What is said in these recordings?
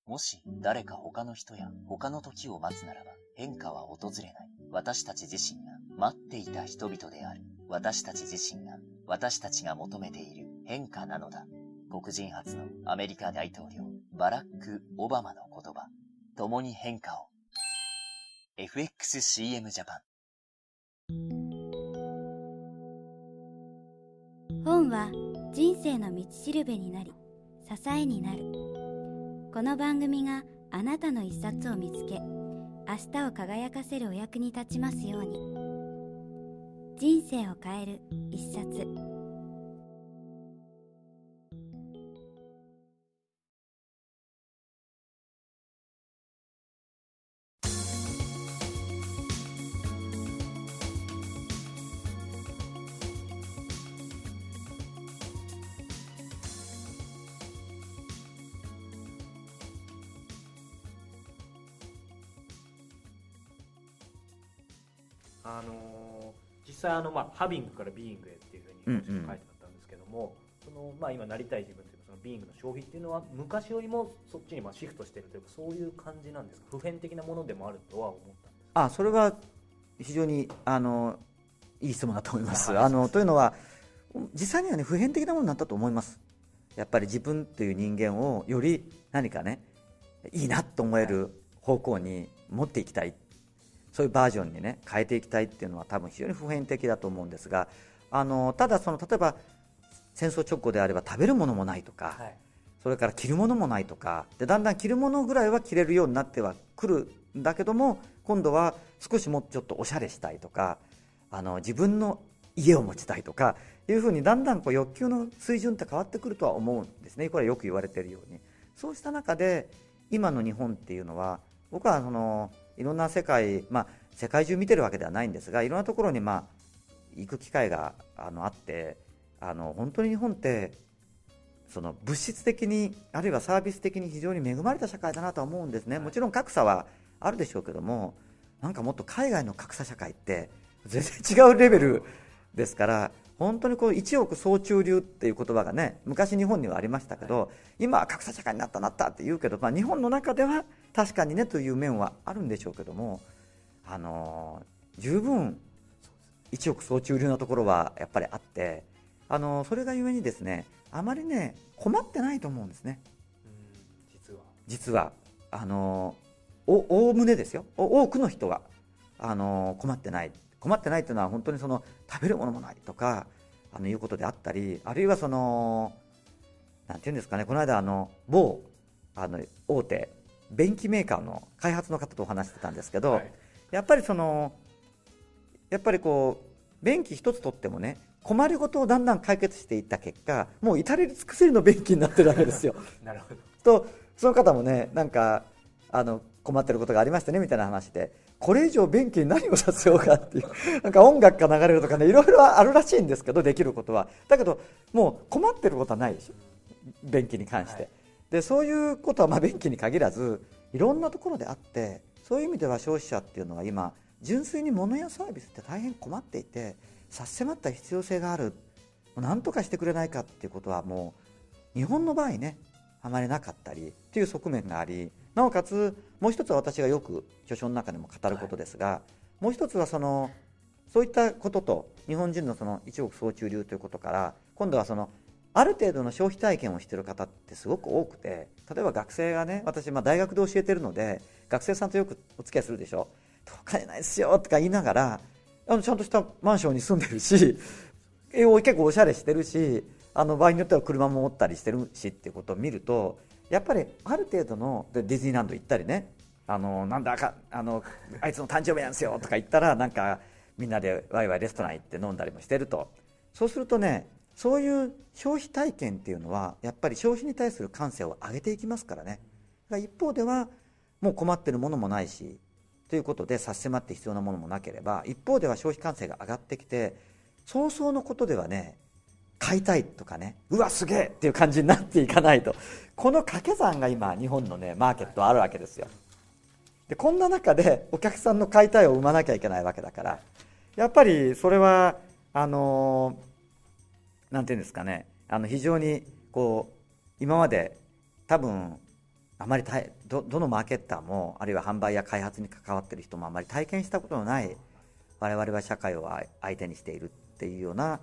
もし誰か他の人や他の時を待つならば変化は訪れない。私たち自身が待っていた人々である。私たち自身が私たちが求めている変化なのだ。黒人初のアメリカ大統領バラック・オバマの言葉。共に変化を。FXCM ジャパン。 本は人生の道しるべになり支えになる。この番組があなたの一冊を見つけ、明日を輝かせるお役に立ちますように。人生を変える一冊。 実際ハビングからビーイングへっていうふうに書いてあったんですけども、今なりたい自分というかそのビーイングの消費っていうのは昔よりもそっちにシフトしているというか、そういう感じなんですか。普遍的なものでもあるとは思ったんですか。 それは非常にいい質問だと思います。というのは実際にはね、普遍的なものになったと思います。やっぱり自分という人間をより何かね、いいなと思える方向に持っていきたい、そういうバージョンにね変えていきたいっていうのは多分非常に普遍的だと思うんですが、ただ例えば戦争直後であれば食べるものもないとか、それから着るものもないとかで、だんだん着るものぐらいは着れるようになってはくるんだけども、今度は少しもうちょっとおしゃれしたいとか、自分の家を持ちたいとかいうふうにだんだん欲求の水準って変わってくるとは思うんですね。これはよく言われているように、そうした中で今の日本っていうのは、僕はいろんな世界、世界中見てるわけではないんですが、いろんなところに行く機会があって、本当に日本ってその物質的にあるいはサービス的に非常に恵まれた社会だなとは思うんですね。もちろん格差はあるでしょうけども、なんかもっと海外の格差社会って全然違うレベルですから、本当に一億総中流っていう言葉がね、昔日本にはありましたけど、今は格差社会になったって言うけど、日本の中では確かにねという面はあるんでしょうけども、十分一億総中流なところはやっぱりあって、それがゆえにですね、あまりね困ってないと思うんですね。実はおおむねですよ、多くの人は困ってないというのは、本当に食べるものもないとかいうことであったり、あるいはなんていうんですかね、この間某大手便器メーカーの開発の方とお話してたんですけど、やっぱり便器一つとってもね、困りごとをだんだん解決していった結果、もう至れり尽くせりの便器になってるわけですよ。 なるほど。 とその方もね、なんか困ってることがありましたねみたいな話で、これ以上便器に何をさせようかっていうなんか音楽が流れるとかね、いろいろあるらしいんですけど、できることは。だけどもう困ってることはないでしょ、便器に関して。でそういうことは便器に限らずいろんなところであって、そういう意味では消費者っていうのは今純粋に物やサービスって大変困っていて、差し迫った必要性がある、何とかしてくれないかっていうことはもう日本の場合ねあまりなかったりっていう側面があり、なおかつもう一つは私がよく著書の中でも語ることですが、もう一つはそういったことと日本人の一億総中流ということから、今度はある程度の消費体験をしている方ってすごく多くて、例えば学生がね、私大学で教えてるので学生さんとよくお付き合いするでしょ。お金ないですよとか言いながらちゃんとしたマンションに住んでるし、結構おしゃれしてるし、場合によっては車も持ったりしてるしっていうことを見ると、やっぱりある程度のディズニーランド行ったりね、なんだかあいつの誕生日なんですよとか言ったら、なんかみんなでワイワイレストラン行って飲んだりもしてると。そうするとね、そういう消費体験っていうのはやっぱり消費に対する感性を上げていきますからね。一方ではもう困ってるものもないしということで差し迫って必要なものもなければ、一方では消費感性が上がってきて、早々のことではね買いたいとかね、うわすげえっていう感じになっていかないと、この掛け算が今日本のねマーケットはあるわけですよ。でこんな中でお客さんの買いたいを生まなきゃいけないわけだから、やっぱりそれはなんていうんですかね、非常に今まで多分あまりどのマーケッターもあるいは販売や開発に関わっている人もあまり体験したことのない我々は社会を相手にしているっていうような、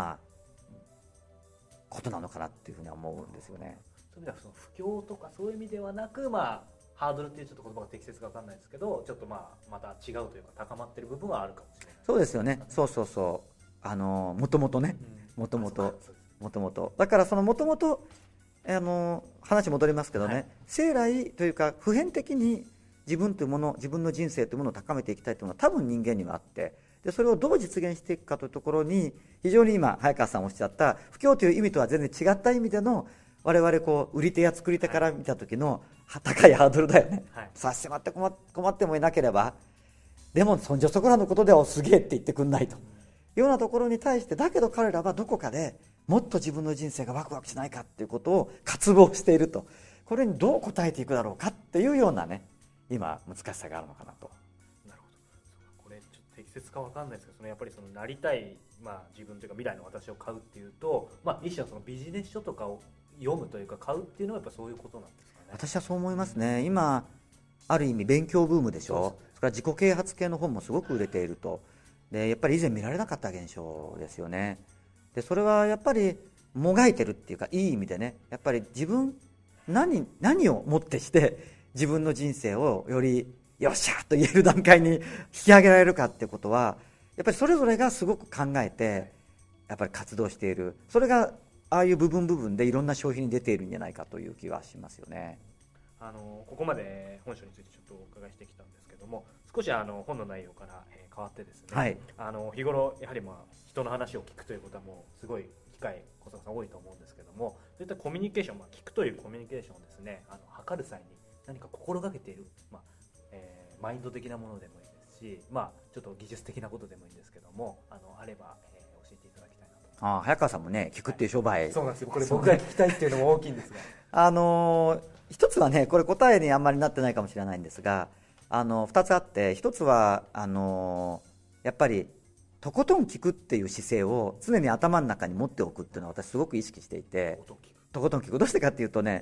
ことなのかなっていうふうには思うんですよね。 そういう意味ではその不況とかそういう意味ではなく、ハードルっていうちょっと言葉が適切か分かんないですけど、ちょっとまた違うというか高まっている部分はあるかもしれない。 そうですよね。そうもともとね、もともとだからそのもともと話戻りますけどね、生来というか普遍的に自分というもの、自分の人生というものを高めていきたいというのは多分人間にはあって、でそれをどう実現していくかというところに非常に今早川さんおっしゃった不況という意味とは全然違った意味での我々売り手や作り手から見た時の高いハードルだよね、差し迫って困ってもいなければ、でもそんじょそこらのことではすげえって言ってくんないというようなところに対して、だけど彼らはどこかでもっと自分の人生がワクワクしないかっていうことを渇望していると、これにどう応えていくだろうかっていうようなね、今難しさがあるのかなと。 なるほど。これちょっと適切か分かんないですけど、やっぱりそのなりたい、自分というか未来の私を買うっていうと、一種のそのビジネス書とかを読むというか買うっていうのはやっぱそういうことなんですかね。 私はそう思いますね。今ある意味勉強ブームでしょ。それから自己啓発系の本もすごく売れていると。でやっぱり以前見られなかった現象ですよね。でそれはやっぱりもがいてるっていうか、いい意味でね、やっぱり自分何をもってして自分の人生をよりよっしゃーと言える段階に引き上げられるかってことは、やっぱりそれぞれがすごく考えてやっぱり活動している、それがああいう部分でいろんな消費に出ているんじゃないかという気はしますよね。 ここまで本書についてちょっとお伺いしてきたんですけども、少し本の内容から変わってですね、日頃やはり人の話を聞くということはもうすごい機会小坂さん多いと思うんですけども、そういったコミュニケーション、聞くというコミュニケーションをですね、図る際に何か心がけている、マインド的なものでもいいですし、ちょっと技術的なことでもいいんですけども、あれば、教えていただきたいなと。 早川さんもね、聞くっていう商売、 そうなんですよ。これ僕が聞きたいっていうのも大きいんですが一つはね、これ答えにあんまりなってないかもしれないんですが、二つあって、一つはやっぱりとことん聞くっていう姿勢を常に頭の中に持っておくっていうのは私すごく意識していて、とことん聞く、どうしてかっていうとね、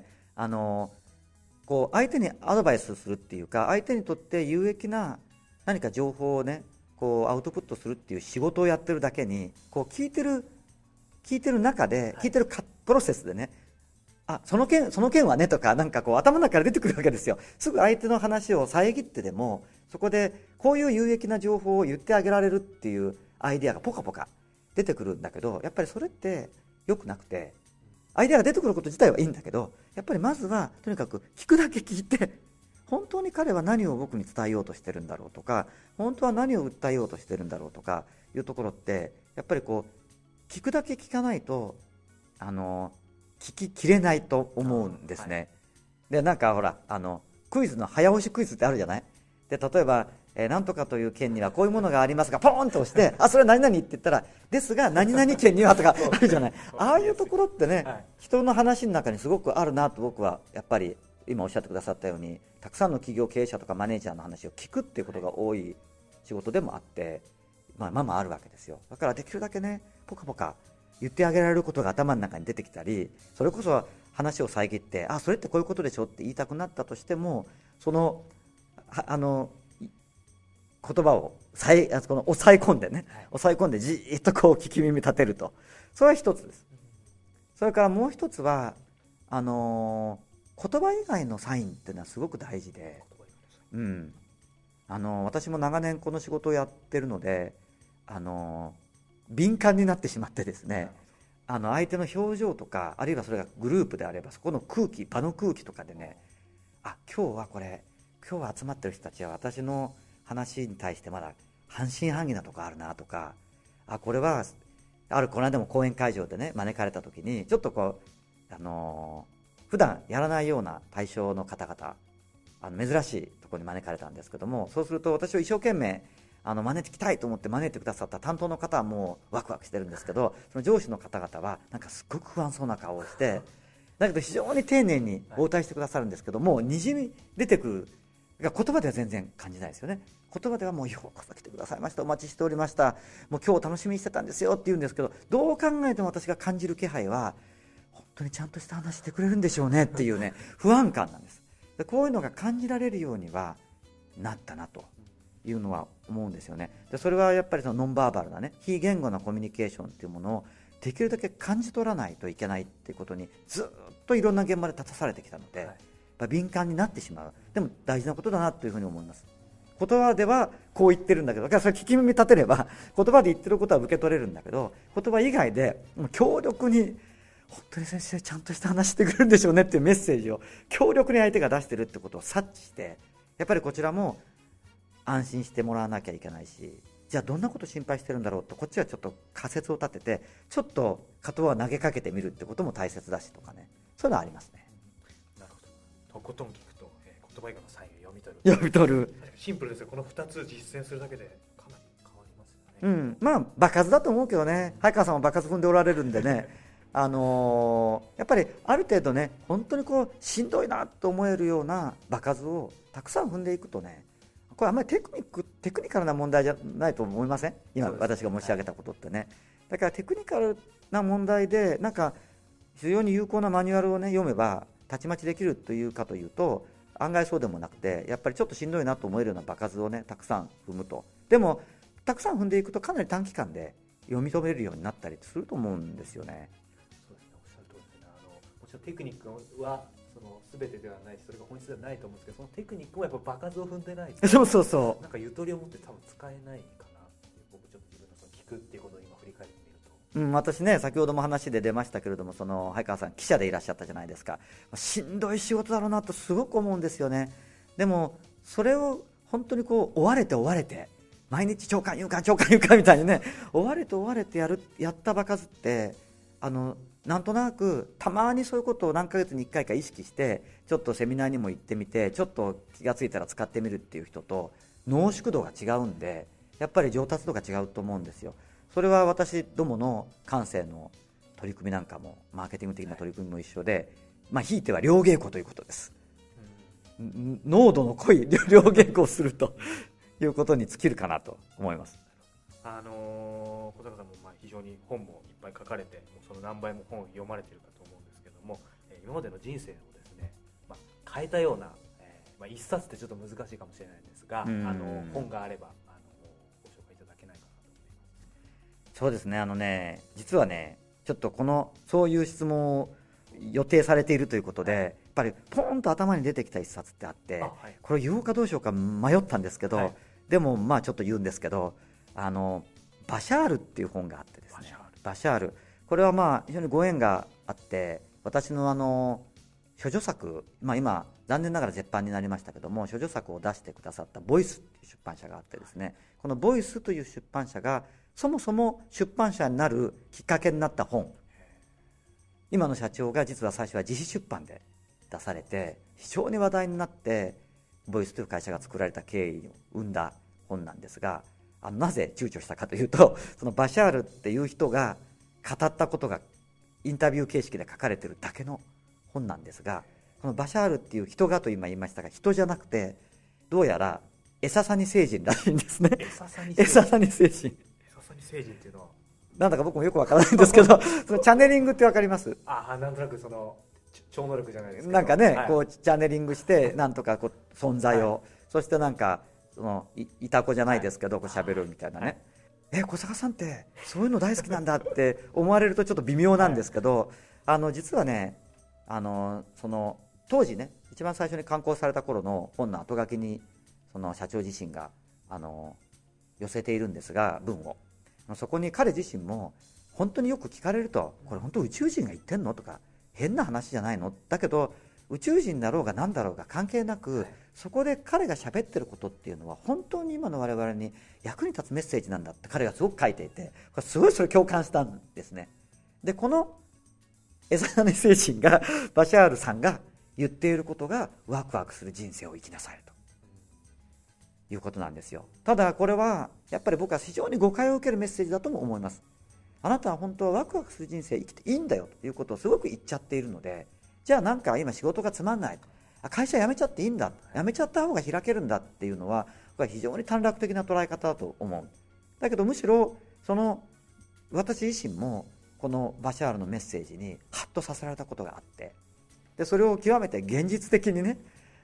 相手にアドバイスするっていうか、相手にとって有益な何か情報をね、アウトプットするっていう仕事をやってるだけに、聞いてる中で、聞いてるプロセスでね、その件はねとか、なんか頭の中から出てくるわけですよ。すぐ相手の話を遮ってでも、そこでこういう有益な情報を言ってあげられるっていうアイデアがポカポカ出てくるんだけど、やっぱりそれって良くなくて、アイデアが出てくること自体はいいんだけど、やっぱりまずはとにかく聞くだけ聞いて、本当に彼は何を僕に伝えようとしてるんだろうとか、本当は何を訴えようとしてるんだろうとかいうところって、やっぱり聞くだけ聞かないと聞ききれないと思うんですね。でなんかほらクイズの早押しクイズってあるじゃない。で例えば、なんとかという県にはこういうものがありますが、ポーンと押してそれは何々って言ったら、ですが何々県にはとかあるじゃない。ああいうところってね、人の話の中にすごくあるなと僕はやっぱり今おっしゃってくださったように、たくさんの企業経営者とかマネージャーの話を聞くっていうことが多い仕事でもあって、まああるわけですよ。だからできるだけね、ポカポカ言ってあげられることが頭の中に出てきたり、それこそ話を遮って、それってこういうことでしょって言いたくなったとしても、その言葉を抑え込んでね、抑え込んでじーっと聞き耳立てると、それは一つです。それからもう一つは言葉以外のサインっていうのはすごく大事で、私も長年この仕事をやってるので、敏感になってしまってですね、相手の表情とか、あるいはそれがグループであればそこの空気、場の空気とかでね、今日集まってる人たちは私の話に対してまだ半信半疑なとこあるなとか、これはこの間も講演会場でね招かれた時に、ちょっと普段やらないような対象の方々、珍しいところに招かれたんですけども、そうすると私を一生懸命招いてきたいと思って招いてくださった担当の方はもうワクワクしてるんですけど、その上司の方々はなんかすっごく不安そうな顔をして、だけど非常に丁寧に応対してくださるんですけども、にじみ出てくるが言葉では全然感じないですよね。言葉ではもうようこそ来てくださいました、お待ちしておりました、もう今日楽しみにしてたんですよって言うんですけど、どう考えても私が感じる気配は、本当にちゃんとした話してくれるんでしょうねっていうね、不安感なんです。 でこういうのが感じられるようにはなったなというのは思うんですよね。でそれはやっぱりそのノンバーバルなね、非言語なコミュニケーションっていうものをできるだけ感じ取らないといけないっていうことにずっといろんな現場で立たされてきたので、やっぱ敏感になってしまう。でも大事なことだなというふうに思います。言葉ではこう言ってるんだけど、だからそれ聞き耳立てれば言葉で言ってることは受け取れるんだけど、言葉以外でもう強力に本当に先生ちゃんとした話してくるんでしょうねっていうメッセージを強力に相手が出してるってことを察知して、やっぱりこちらも安心してもらわなきゃいけないし、じゃあどんなこと心配してるんだろうとこっちはちょっと仮説を立ててちょっと言葉を投げかけてみるってことも大切だしとかね、そういうのはありますね。 なるほど。とことん聞くと、言葉以外のサインを読み取るシンプルですよ。この2つ実践するだけでかなり変わりますよね。 まあ場数だと思うけどね、早川さんは場数踏んでおられるんでねやっぱりある程度ね、本当にこうしんどいなと思えるような場数をたくさん踏んでいくとね、これあんまりテクニカルな問題じゃないと思いません？今私が申し上げたことってね。だからテクニカルな問題でなんか非常に有効なマニュアルをね読めばたちまちできるというかというと案外そうでもなくて、やっぱりちょっとしんどいなと思えるような場数をねたくさん踏むと、でもたくさん踏んでいくとかなり短期間で読み止めるようになったりすると思うんですよね。 そうですね、おっしゃる通りですね。もちろんテクニックはその全てではないし、それが本質ではないと思うんですけど、そのテクニックもやっぱ場数を踏んでないとそうなんかゆとりを持って多分使えないかなっていう、僕ちょっと自分のその聞くっていうことを今振り返ってみると、 私ね、先ほども話で出ましたけれども、その早川さん記者でいらっしゃったじゃないですか。しんどい仕事だろうなとすごく思うんですよね。でもそれを本当にこう追われて毎日長官有官みたいにね追われてやった場数ってなんとなくたまにそういうことを何ヶ月に1回か意識してちょっとセミナーにも行ってみてちょっと気がついたら使ってみるっていう人と濃縮度が違うんで、やっぱり上達度が違うと思うんですよ。それは私どもの感性の取り組みなんかもマーケティング的な取り組みも一緒で、ひいては両稽古ということです。濃度の濃い両稽古をするということに尽きるかなと思います。 小坂さんも非常に本もいっぱい書かれて、その何倍も本を読まれているかと思うんですけども、今までの人生をですね、変えたような、一冊ってちょっと難しいかもしれないんですが、本があればご紹介いただけないかなと思います。 そうですね、実はねちょっとそういう質問を予定されているということで、やっぱりポーンと頭に出てきた一冊ってあって、これ言おうかどうしようか迷ったんですけど、でもちょっと言うんですけど、バシャールっていう本があってですね、バシャール、これは非常にご縁があって、私の処女作、今残念ながら絶版になりましたけども、処女作を出してくださったボイスっていう出版社があってですね、このボイスという出版社がそもそも出版社になるきっかけになった本、今の社長が実は最初は自費出版で出されて非常に話題になって、ボイスという会社が作られた経緯を生んだ本なんですが、なぜ躊躇したかというと、そのバシャールっていう人が語ったことがインタビュー形式で書かれているだけの本なんですが、このバシャールっていう人がと今言いましたが、人じゃなくてどうやらエササニ星人らしいんですね。エササニ星人っていうのはなんだか僕もよくわからないんですけどそのチャネリングってわかります？ なんとなくその超能力じゃないですけど、 なんかね、こうチャネリングしてなんとかこう存在を、そしてなんかそのいた子じゃないですけどこう喋るみたいなね、小坂さんってそういうの大好きなんだって思われるとちょっと微妙なんですけど、実はねその当時ね一番最初に刊行された頃の本の後書きにその社長自身が寄せているんですが、文をそこに彼自身も本当によく聞かれると、これ本当宇宙人が言ってんのとか変な話じゃないの、だけど宇宙人だろうが何だろうが関係なく、そこで彼が喋ってることっていうのは本当に今の我々に役に立つメッセージなんだって彼がすごく書いていて、これすごいそれ共感したんですね。でこのエサナネ精神がバシャールさんが言っていることがワクワクする人生を生きなさいということなんですよ。ただこれはやっぱり僕は非常に誤解を受けるメッセージだとも思います。あなたは本当はワクワクする人生生きていいんだよということをすごく言っちゃっているので、じゃあなんか今仕事がつまんない、会社辞めちゃっていいんだ、辞めちゃった方が開けるんだっていうのは僕は非常に短絡的な捉え方だと思う。だけどむしろ私自身もこのバシャールのメッセージにハッとさせられたことがあって、でそれを極めて現実的にね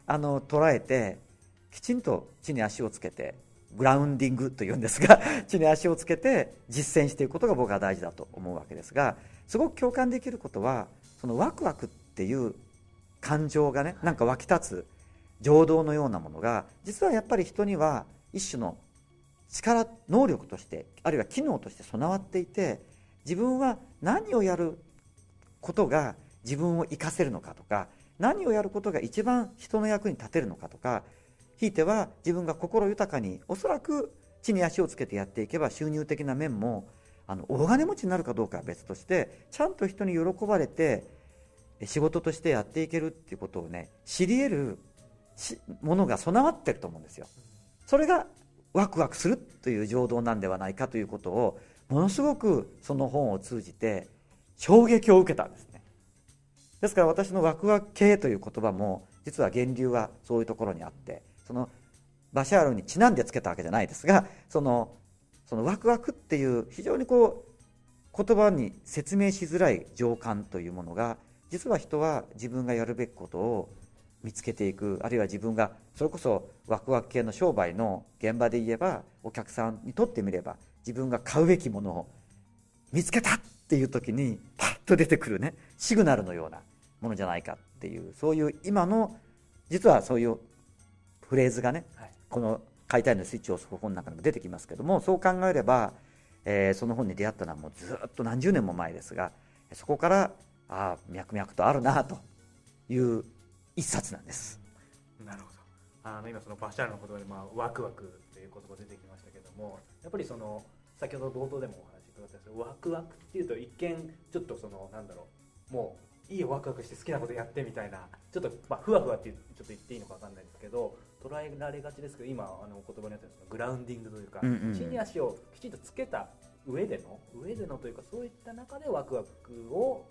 捉えてきちんと地に足をつけて、グラウンディングというんですが地に足をつけて実践していくことが僕は大事だと思うわけですが、すごく共感できることは、そのワクワクっていう感情がね、なんか湧き立つ情動のようなものが、実はやっぱり人には一種の力、能力として、あるいは機能として備わっていて、自分は何をやることが自分を生かせるのかとか、何をやることが一番人の役に立てるのかとか、ひいては自分が心豊かに、おそらく地に足をつけてやっていけば収入的な面も大金持ちになるかどうかは別として、ちゃんと人に喜ばれて仕事としてやっていけるっていうことをね、知り得るものが備わってると思うんですよ。それがワクワクするという情動なんではないかということを、ものすごくその本を通じて衝撃を受けたんですね。ですから私のワクワク系という言葉も、実は源流はそういうところにあって、そのバシャールにちなんでつけたわけじゃないですが、そのワクワクっていう非常に言葉に説明しづらい情感というものが、実は人は自分がやるべきことを見つけていく、あるいは自分がそれこそワクワク系の商売の現場で言えば、お客さんにとってみれば自分が買うべきものを見つけたっていう時にパッと出てくるね、シグナルのようなものじゃないかっていう、そういう今の実はそういうフレーズがね、この買いたいのスイッチを押す本の中にも出てきますけども、そう考えれば、その本に出会ったのはもうずっと何十年も前ですが、そこから脈々とあるなという一冊なんです。 なるほど。今そのバシャールの言葉で、ワクワクという言葉出てきましたけども、やっぱり先ほど冒頭でもお話伺ったんですけど、ワクワクっていうと一見ちょっともういいよワクワクして好きなことやってみたいな、ちょっとふわふわってちょっと言っていいのか分かんないですけど、捉えられがちですけど、今言葉にあったグラウンディングというか、地に足をきちんとつけた上でのというか、そういった中でワクワクを、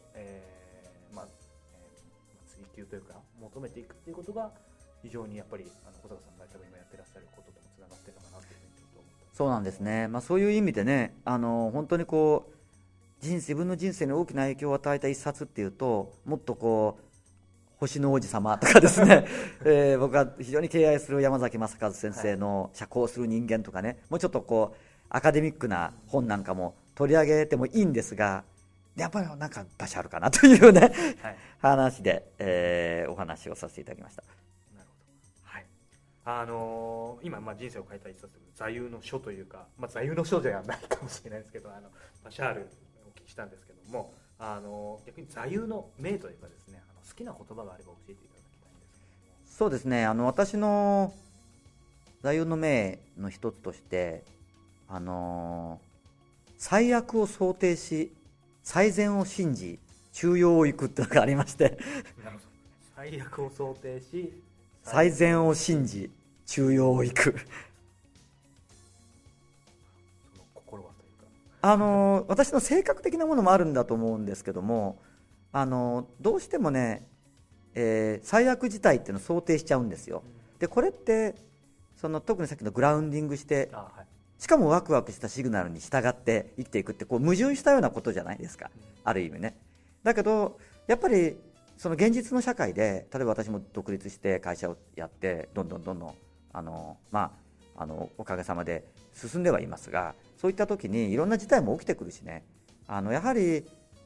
追求というか求めていくっていうことが、非常にやっぱり小坂さんが多分今やってらっしゃることともつながっているのかなというふうにちょっと思った。 そうなんですね。そういう意味でね、本当に自分の人生に大きな影響を与えた一冊っていうと、もっと星の王子様とかですね、僕が非常に敬愛する山崎正和先生の社交する人間とかね、もうちょっとアカデミックな本なんかも取り上げてもいいんですが、やっぱりなんかバシャールかなというね、話で、お話をさせていただきました。 なるほど。今、人生を変えた一冊、座右の書というか、座右の書ではないかもしれないですけど、バシャールお聞きしたんですけども、逆に座右の銘というかですね、好きな言葉があれば教えていただきたいんですけども。 そうですね、私の座右の銘の一つとして、最悪を想定し最善を信じ中庸を行くっていうのがありましてなるほど。最悪を想定し最善を信じ中庸を行くその心はというか、 私の性格的なものもあるんだと思うんですけども、どうしてもね、最悪事態っていうのを想定しちゃうんですよ。でこれって特にさっきのグラウンディングして、しかもワクワクしたシグナルに従って生きていくって矛盾したようなことじゃないですか、ある意味ね。だけどやっぱりその現実の社会で、例えば私も独立して会社をやってどんどんおかげさまで進んではいますが、そういった時にいろんな事態も起きてくるしね、やはり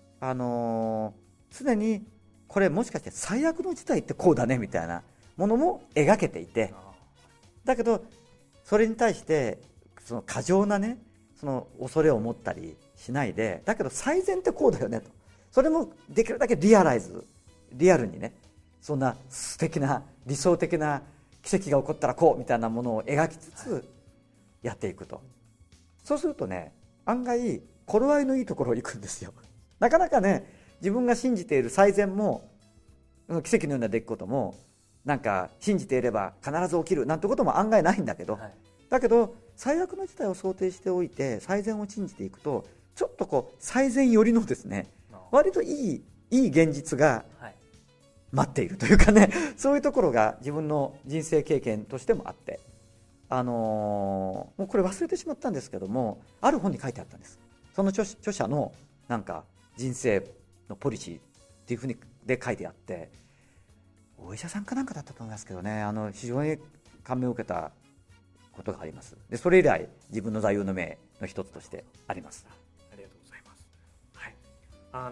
常にこれもしかして最悪の事態ってこうだねみたいなものも描けていて、だけどそれに対してその過剰なね、その恐れを持ったりしないで、だけど最善ってこうだよねと、それもできるだけリアルにね、そんな素敵な理想的な奇跡が起こったらこうみたいなものを描きつつやっていくと、そうするとね、案外頃合いのいいところに行くんですよ。なかなかね、自分が信じている最善も奇跡のような出来事もなんか信じていれば必ず起きるなんてことも案外ないんだけど、だけど最悪の事態を想定しておいて最善を信じていくと、ちょっと最善寄りのですね、割といい現実が待っているというかね、そういうところが自分の人生経験としてもあって、もうこれ忘れてしまったんですけども、ある本に書いてあったんです。その著者のなんか人生のポリシーっていうふうにで書いてあって、 お医者さんかなんかだったと思いますけどね、非常に感銘を受けたことがあります。でそれ以来自分の座右の銘の一つとしてあります。 ありがとうございます。はい、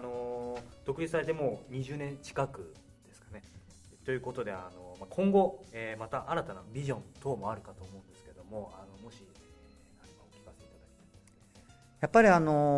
独立されてもう20年近くですかね。ということで今後、また新たなビジョン等もあるかと思うんですけども、もし何かお聞かせいただきたいんですけど。 やっぱり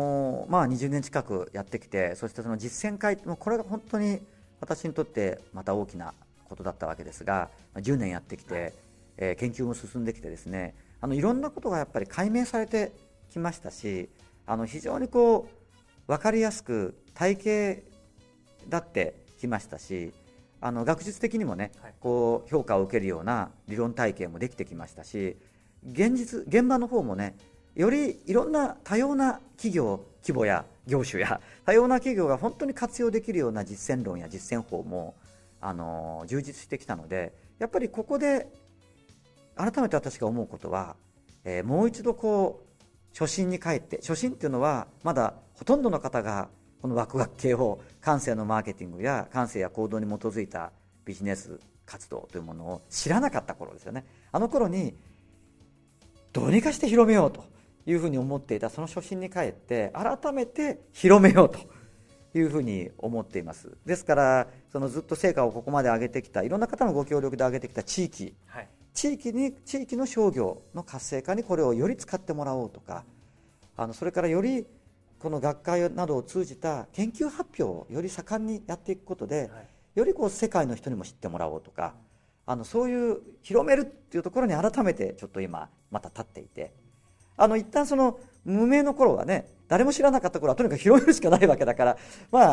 20年近くやってきて、そしてその実践会もこれが本当に私にとってまた大きなことだったわけですが、10年やってきて、研究も進んできてですね、いろんなことがやっぱり解明されてきましたし、非常に分かりやすく体系だってきましたし、学術的にもね、評価を受けるような理論体系もできてきましたし、現場の方もね、よりいろんな多様な企業規模や業種や多様な企業が本当に活用できるような実践論や実践法も充実してきたので、やっぱりここで改めて私が思うことは、もう一度初心に帰って、初心っていうのはまだほとんどの方がこのワクワク系を感性のマーケティングや感性や行動に基づいたビジネス活動というものを知らなかった頃ですよね。あの頃にどうにかして広めようというふうに思っていたその初心に帰って改めて広めようというふうに思っています。ですからずっと成果をここまで上げてきた、いろんな方のご協力で上げてきた地域の商業の活性化にこれをより使ってもらおうとか、それからよりこの学会などを通じた研究発表をより盛んにやっていくことで、より世界の人にも知ってもらおうとか、そういう広めるっていうところに改めてちょっと今また立っていて、一旦無名の頃はね、誰も知らなかった頃はとにかく広めるしかないわけだから、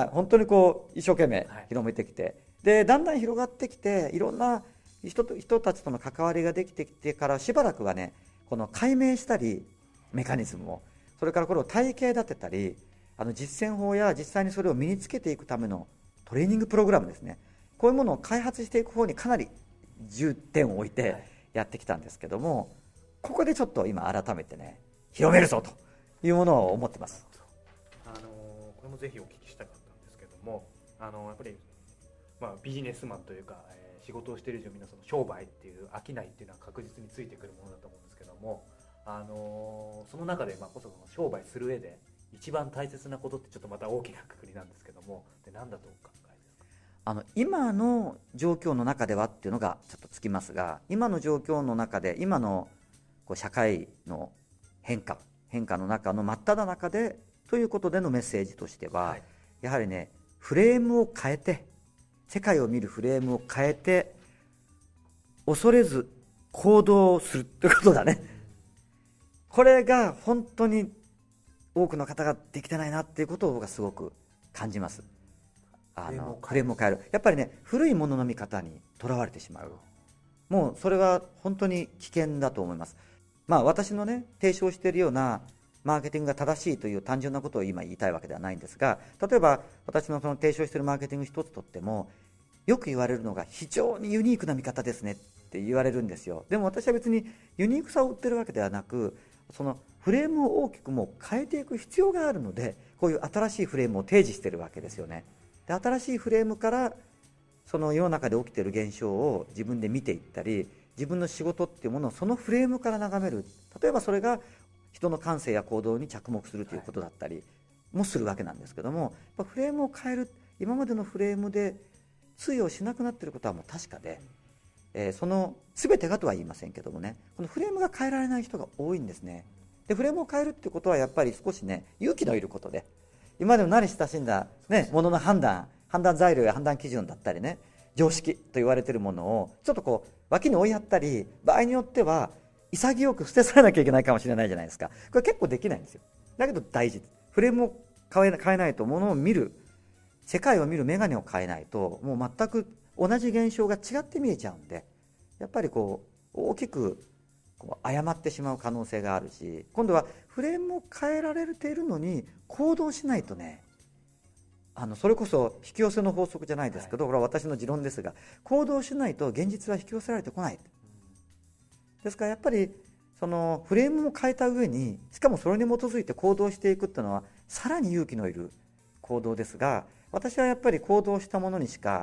本当に一生懸命広めてきて、でだんだん広がってきて、いろんな人たちとの関わりができてきてからしばらくはね、この解明したりメカニズムを、それからこれを体系立てたり、実践法や実際にそれを身につけていくためのトレーニングプログラムですね、こういうものを開発していく方にかなり重点を置いてやってきたんですけども、ここでちょっと今改めてね、広めるぞというものを思ってます。 これもぜひお聞きしたかったんですけども、やっぱり、ビジネスマンというか、仕事をしている以上みんなその商売っていう商いっていうのは確実についてくるものだと思うんですけども、その中でこそ商売する上で一番大切なことってちょっとまた大きな括りなんですけども、で何だとお考えですか？ 今の状況の中ではっていうのがちょっとつきますが、今の状況の中で、今の社会の変化の中の真っ只中でということでのメッセージとしては、やはりね、フレームを変えて、世界を見るフレームを変えて、恐れず行動するということだね。これが本当に多くの方ができてないなっていうことを僕はすごく感じます。フレームを変える。やっぱりね、古いものの見方にとらわれてしまう。もうそれは本当に危険だと思います。私のね、提唱しているようなマーケティングが正しいという単純なことを今言いたいわけではないんですが、例えば私の提唱しているマーケティング一つとっても、よく言われるのが非常にユニークな見方ですねって言われるんですよ。でも私は別にユニークさを売ってるわけではなく、そのフレームを大きくもう変えていく必要があるので、こういう新しいフレームを提示しているわけですよね。で、新しいフレームからその世の中で起きている現象を自分で見ていったり、自分の仕事っていうものをそのフレームから眺める。例えばそれが人の感性や行動に着目するということだったりもするわけなんですけども、フレームを変える、今までのフレームで通用しなくなっていることはもう確かで、その全てがとは言いませんけどもね、このフレームが変えられない人が多いんですね。でフレームを変えるっていうことはやっぱり少しね、勇気のいることで、今までの慣れ親しんだ、ものの判断材料や判断基準だったりね、常識と言われているものをちょっと脇に追いやったり、場合によっては潔く捨て去らなきゃいけないかもしれないじゃないですか。これ結構できないんですよ。だけど大事。フレームを変えないと、ものを見る、世界を見る眼鏡を変えないと、もう全く同じ現象が違って見えちゃうんで、やっぱり大きく誤ってしまう可能性があるし、今度はフレームを変えられているのに行動しないとね、それこそ引き寄せの法則じゃないですけど、これは私の持論ですが、行動しないと現実は引き寄せられてこない。ですからやっぱりそのフレームも変えた上に、しかもそれに基づいて行動していくっていうのはさらに勇気のいる行動ですが、私はやっぱり行動したものにしか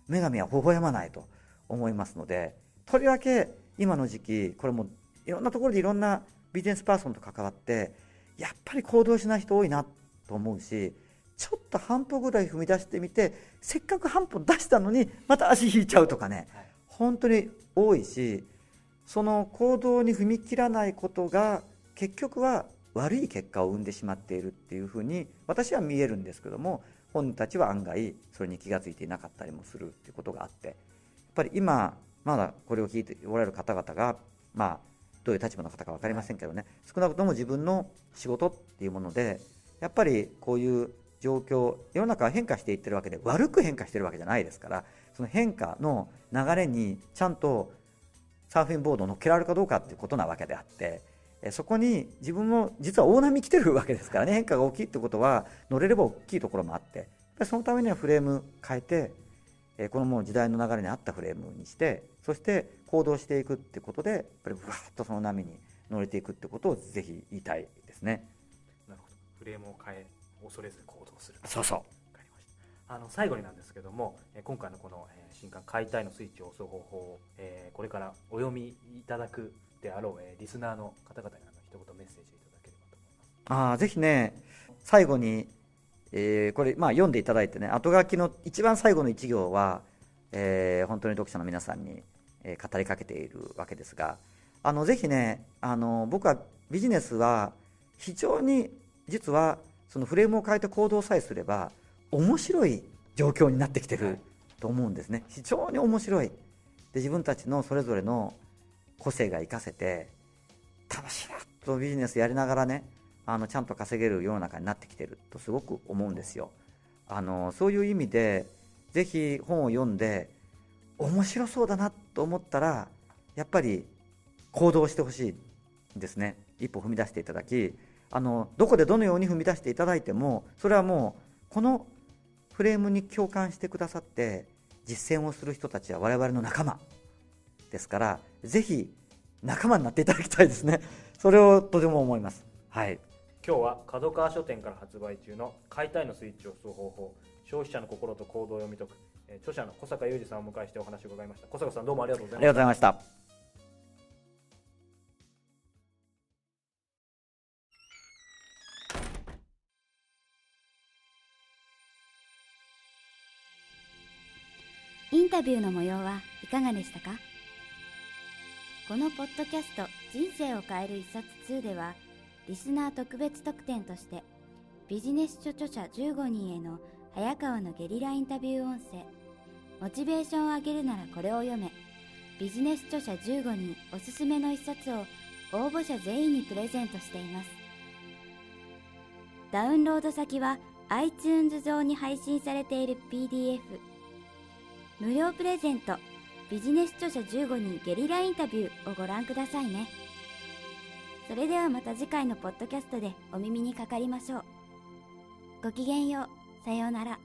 女神は微笑まないと思いますので、とりわけ今の時期、これもいろんなところでいろんなビジネスパーソンと関わって、やっぱり行動しない人多いなと思うし、ちょっと半歩ぐらい踏み出してみて、せっかく半歩出したのにまた足引いちゃうとかね、本当に多いし、その行動に踏み切らないことが結局は悪い結果を生んでしまっているっていうふうに私は見えるんですけども、本人たちは案外それに気がついていなかったりもするっていうことがあって、やっぱり今まだこれを聞いておられる方々が、どういう立場の方か分かりませんけどね、少なくとも自分の仕事っていうものでやっぱりこういう状況、世の中は変化していってるわけで、悪く変化してるわけじゃないですから、その変化の流れにちゃんとサーフィンボードを乗っけられるかどうかっていうことなわけであって、そこに自分も実は大波来てるわけですからね。変化が大きいってことは乗れれば大きいところもあって、そのためにはフレーム変えて、このもう時代の流れに合ったフレームにして、そして行動していくってことで、やっぱりふわっとその波に乗れていくってことをぜひ言いたいですね。 なるほど。フレームを変え、恐れず行動する。 そうそう。 わかりました。最後になんですけども、今回のこの新刊解体のスイッチを押す方法を、これからお読みいただくであろう、リスナーの方々に一言メッセージいただければと思います。 ぜひね、最後に、これ、読んでいただいてね、後書きの一番最後の一行は、本当に読者の皆さんに、語りかけているわけですが、ぜひね、僕はビジネスは非常に実はそのフレームを変えて行動さえすれば面白い状況になってきてると思うんですね。非常に面白い。で、自分たちのそれぞれの個性が生かせて楽しいなとビジネスやりながらね、ちゃんと稼げる世の中になってきてるとすごく思うんですよ。そういう意味でぜひ本を読んで面白そうだなと思ったらやっぱり行動してほしいですね。一歩踏み出していただき、どこでどのように踏み出していただいても、それはもうこのフレームに共感してくださって実践をする人たちは我々の仲間ですから、ぜひ仲間になっていただきたいですね。それをとても思います。はい。 今日は角川書店から発売中の解体のスイッチを押す方法、消費者の心と行動を読み解く、著者の小坂雄二さんをお迎えしてお話を伺いました。小坂さん、どうもありがとうございました。 ありがとうございました。 インタビューの模様はいかがでしたか？このポッドキャスト人生を変える一冊2では、リスナー特別特典としてビジネス書著者15人への早川のゲリラインタビュー音声、モチベーションを上げるならこれを読め、ビジネス著者15人おすすめの一冊を応募者全員にプレゼントしています。ダウンロード先は iTunes 上に配信されている PDF。無料プレゼント、ビジネス著者15人ゲリラインタビューをご覧くださいね。それではまた次回のポッドキャストでお耳にかかりましょう。ごきげんよう。さようなら。